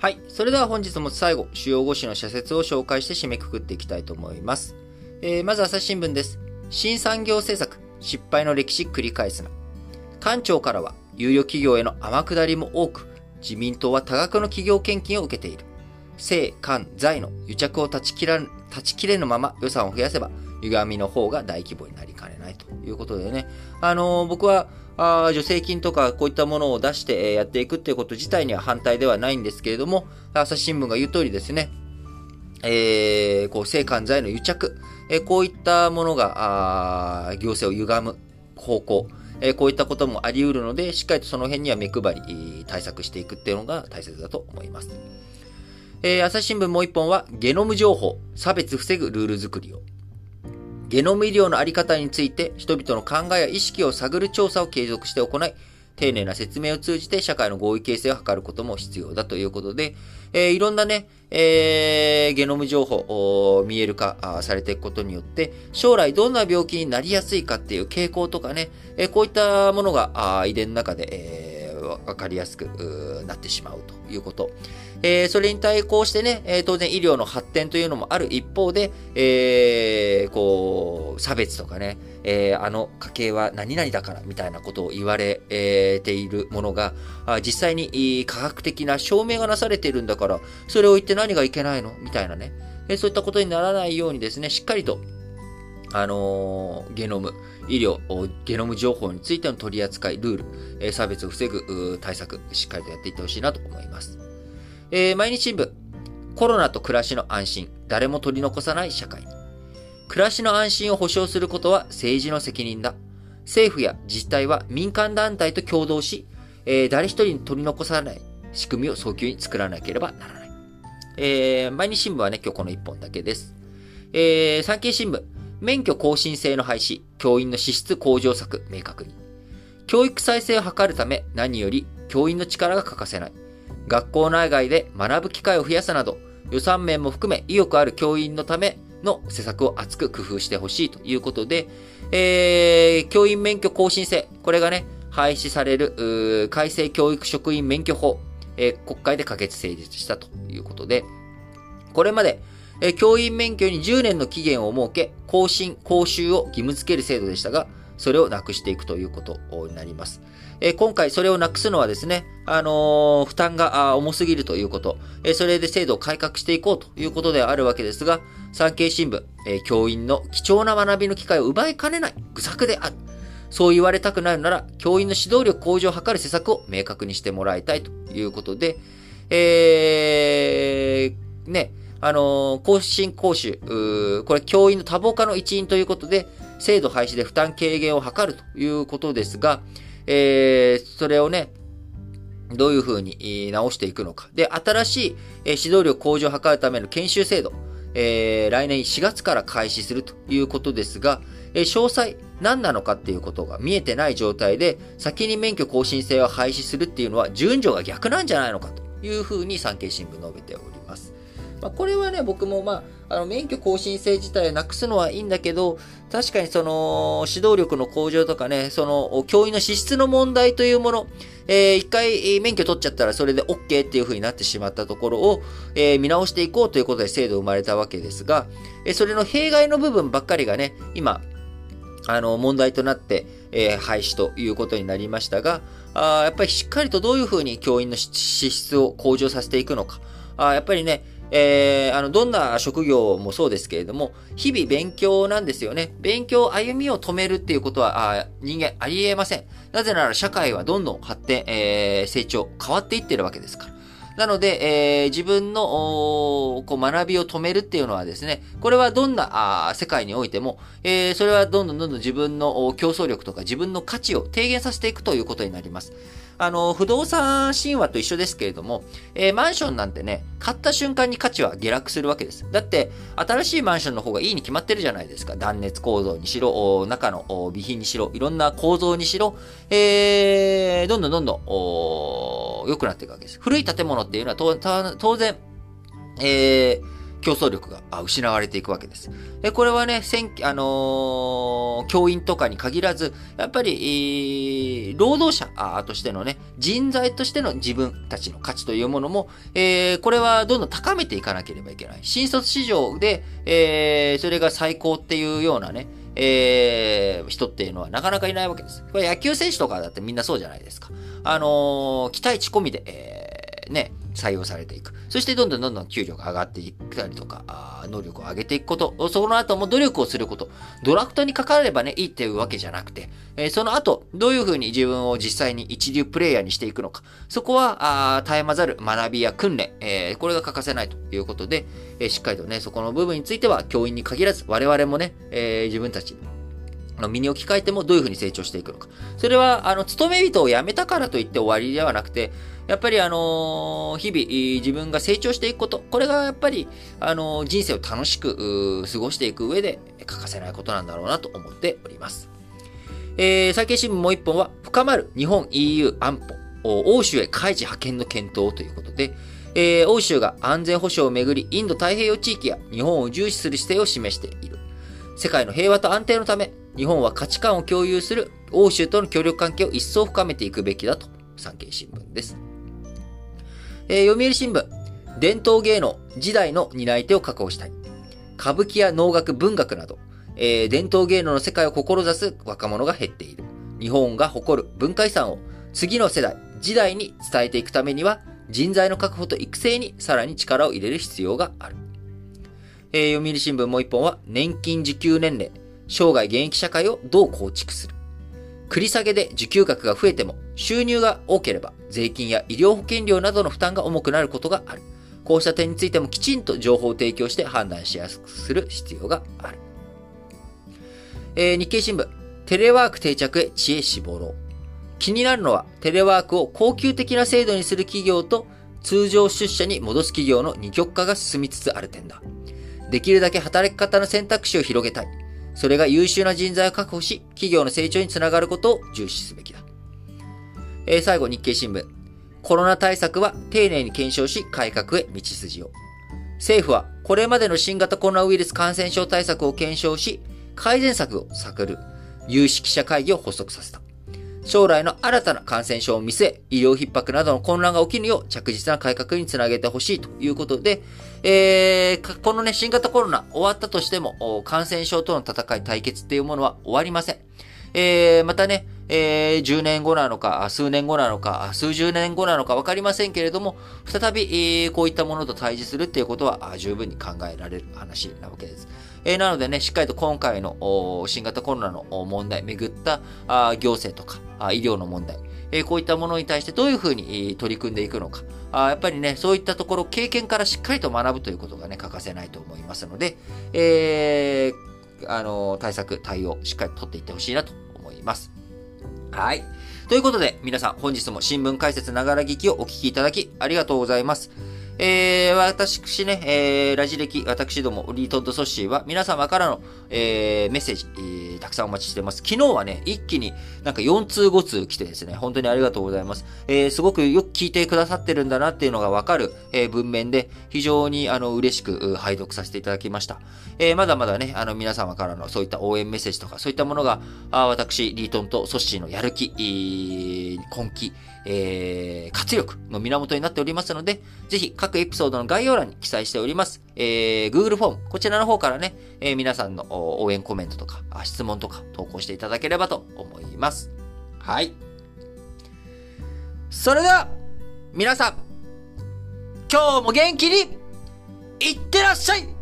はい。それでは本日も最後、主要5紙の社説を紹介して締めくくっていきたいと思います。まず朝日新聞です。新産業政策、失敗の歴史繰り返すな。官庁からは、有料企業への天下りも多く、自民党は多額の企業献金を受けている。政、官、財の癒着を断ち切れぬまま予算を増やせば、歪みの方が大規模になりかねないということでね。僕は、助成金とかこういったものを出してやっていくっていうこと自体には反対ではないんですけれども、朝日新聞が言う通りですね、政官財の癒着、こういったものが、行政を歪む方向、こういったこともあり得るので、しっかりとその辺には目配り、対策していくっていうのが大切だと思います。朝日新聞もう一本は、ゲノム情報、差別防ぐルール作りを。ゲノム医療のあり方について人々の考えや意識を探る調査を継続して行い、丁寧な説明を通じて社会の合意形成を図ることも必要だということで、いろんなね、ゲノム情報見える化されていくことによって、将来どんな病気になりやすいかっていう傾向とかね、こういったものが遺伝の中で、わかりやすくなってしまうということ。それに対抗してね、当然医療の発展というのもある一方で、差別とかね、あの家系は何々だからみたいなことを言われているものが、実際に科学的な証明がなされているんだから、それを言って何がいけないのみたいなね、そういったことにならないようにですね、しっかりと、ゲノム、医療、ゲノム情報についての取り扱い、ルール、差別を防ぐ対策、しっかりとやっていってほしいなと思います。毎日新聞、コロナと暮らしの安心、誰も取り残さない社会に。暮らしの安心を保障することは政治の責任だ。政府や自治体は民間団体と共同し、誰一人取り残さない仕組みを早急に作らなければならない。毎日新聞はね、今日この1本だけです。産経新聞、免許更新制の廃止、教員の資質向上策明確に。教育再生を図るため、何より教員の力が欠かせない。学校内外で学ぶ機会を増やすなど、予算面も含め意欲ある教員のための施策を厚く工夫してほしいということで、教員免許更新制、これがね、廃止される改正教育職員免許法、国会で可決成立したということで、これまで、教員免許に10年の期限を設け、更新、講習を義務付ける制度でしたが、それをなくしていくということになります。今回それをなくすのはですね、負担が重すぎるということ、それで制度を改革していこうということではあるわけですが、産経新聞、教員の貴重な学びの機会を奪いかねない愚策である。そう言われたくないのなら、教員の指導力向上を図る施策を明確にしてもらいたいということで、更新講習、これ教員の多忙化の一因ということで、制度廃止で負担軽減を図るということですが、それをね、どういうふうに直していくのか。で、新しい指導力向上を図るための研修制度、来年4月から開始するということですが、詳細何なのかっていうことが見えてない状態で、先に免許更新制を廃止するっていうのは順序が逆なんじゃないのかというふうに産経新聞述べております。これはね、僕も免許更新制自体をなくすのはいいんだけど、確かにその、指導力の向上とかね、その、教員の資質の問題というもの、一回免許取っちゃったらそれで OK っていう風になってしまったところを、見直していこうということで制度生まれたわけですが、それの弊害の部分ばっかりがね、今、問題となって、廃止ということになりましたが、やっぱりしっかりとどういう風に教員の資質を向上させていくのか、やっぱりね、どんな職業もそうですけれども、日々勉強なんですよね。勉強、歩みを止めるっていうことは、人間ありえません。なぜなら社会はどんどん発展、成長、変わっていってるわけですから。なので、自分の学びを止めるっていうのはですね、これはどんな世界においても、それはどんどん自分の競争力とか自分の価値を低減させていくということになります。不動産神話と一緒ですけれども、マンションなんてね、買った瞬間に価値は下落するわけです。だって、新しいマンションの方がいいに決まってるじゃないですか。断熱構造にしろ、中の備品にしろ、いろんな構造にしろ、どんどん良くなっていくわけです。古い建物っていうのは当然、 競争力が失われていくわけです。これはね、教員とかに限らず、やっぱり、労働者としてのね、人材としての自分たちの価値というものも、これはどんどん高めていかなければいけない。新卒市場で、それが最高っていうようなね、人っていうのはなかなかいないわけです。これ野球選手とかだってみんなそうじゃないですか。期待値込みで、採用されていく。そしてどんどん給料が上がっていったりとか、能力を上げていくこと、その後も努力をすること、ドラフトにかかればね、いいっていうわけじゃなくて、その後、どういうふうに自分を実際に一流プレイヤーにしていくのか、そこは、絶え間ざる学びや訓練、これが欠かせないということで、しっかりとね、そこの部分については、教員に限らず、我々もね、自分たち、身に置き換えてもどういうふうに成長していくのか。それは、勤め人を辞めたからといって終わりではなくて、やっぱり日々、自分が成長していくこと、これがやっぱり、人生を楽しく過ごしていく上で欠かせないことなんだろうなと思っております。産経新聞もう一本は、深まる日本 EU 安保、欧州へ海事派遣の検討ということで、欧州が安全保障をめぐり、インド太平洋地域や日本を重視する姿勢を示している。世界の平和と安定のため、日本は価値観を共有する欧州との協力関係を一層深めていくべきだと、産経新聞です。読売新聞、伝統芸能、時代の担い手を確保したい。歌舞伎や能楽、文学など、伝統芸能の世界を志す若者が減っている。日本が誇る文化遺産を次の世代、時代に伝えていくためには、人材の確保と育成にさらに力を入れる必要がある。読売新聞もう一本は、年金受給年齢、生涯現役社会をどう構築する。繰り下げで受給額が増えても、収入が多ければ、税金や医療保険料などの負担が重くなることがある。こうした点についてもきちんと情報を提供して判断しやすくする必要がある。日経新聞、テレワーク定着へ知恵絞ろう。気になるのは、テレワークを恒久的な制度にする企業と、通常出社に戻す企業の二極化が進みつつある点だ。できるだけ働き方の選択肢を広げたい。それが優秀な人材を確保し、企業の成長につながることを重視すべきだ。最後、日経新聞。コロナ対策は丁寧に検証し、改革へ道筋を。政府は、これまでの新型コロナウイルス感染症対策を検証し、改善策を探る有識者会議を発足させた。将来の新たな感染症を見据え、医療逼迫などの混乱が起きぬよう着実な改革につなげてほしいということで、このね、新型コロナ終わったとしても、感染症との戦い、対決っていうものは終わりません。またね、10年後なのか、数年後なのか、数十年後なのか分かりませんけれども、再び、こういったものと対峙するっていうことは十分に考えられる話なわけです。なのでね、しっかりと今回の新型コロナの問題、めぐった行政とか医療の問題、こういったものに対してどういうふうに取り組んでいくのか、やっぱりね、そういったところ、経験からしっかりと学ぶということがね、欠かせないと思いますので、対策、対応、しっかりと取っていってほしいなと思います。はい。ということで、皆さん、本日も新聞解説ながら聞きをお聞きいただき、ありがとうございます。私ね、ラジ歴、私ども、リートンとソッシーは、皆様からの、メッセージ、たくさんお待ちしてます。昨日はね、一気になんか4通5通来てですね、本当にありがとうございます。すごくよく聞いてくださってるんだなっていうのがわかる、文面で、非常に嬉しく拝読させていただきました。まだまだね、皆様からのそういった応援メッセージとか、そういったものが、私、リートンとソッシーのやる気、根気、活力の源になっておりますので、ぜひ各エピソードの概要欄に記載しております。Google フォーム、こちらの方からね、皆さんの応援コメントとか、質問とか投稿していただければと思います。はい。それでは、皆さん、今日も元気に、いってらっしゃい。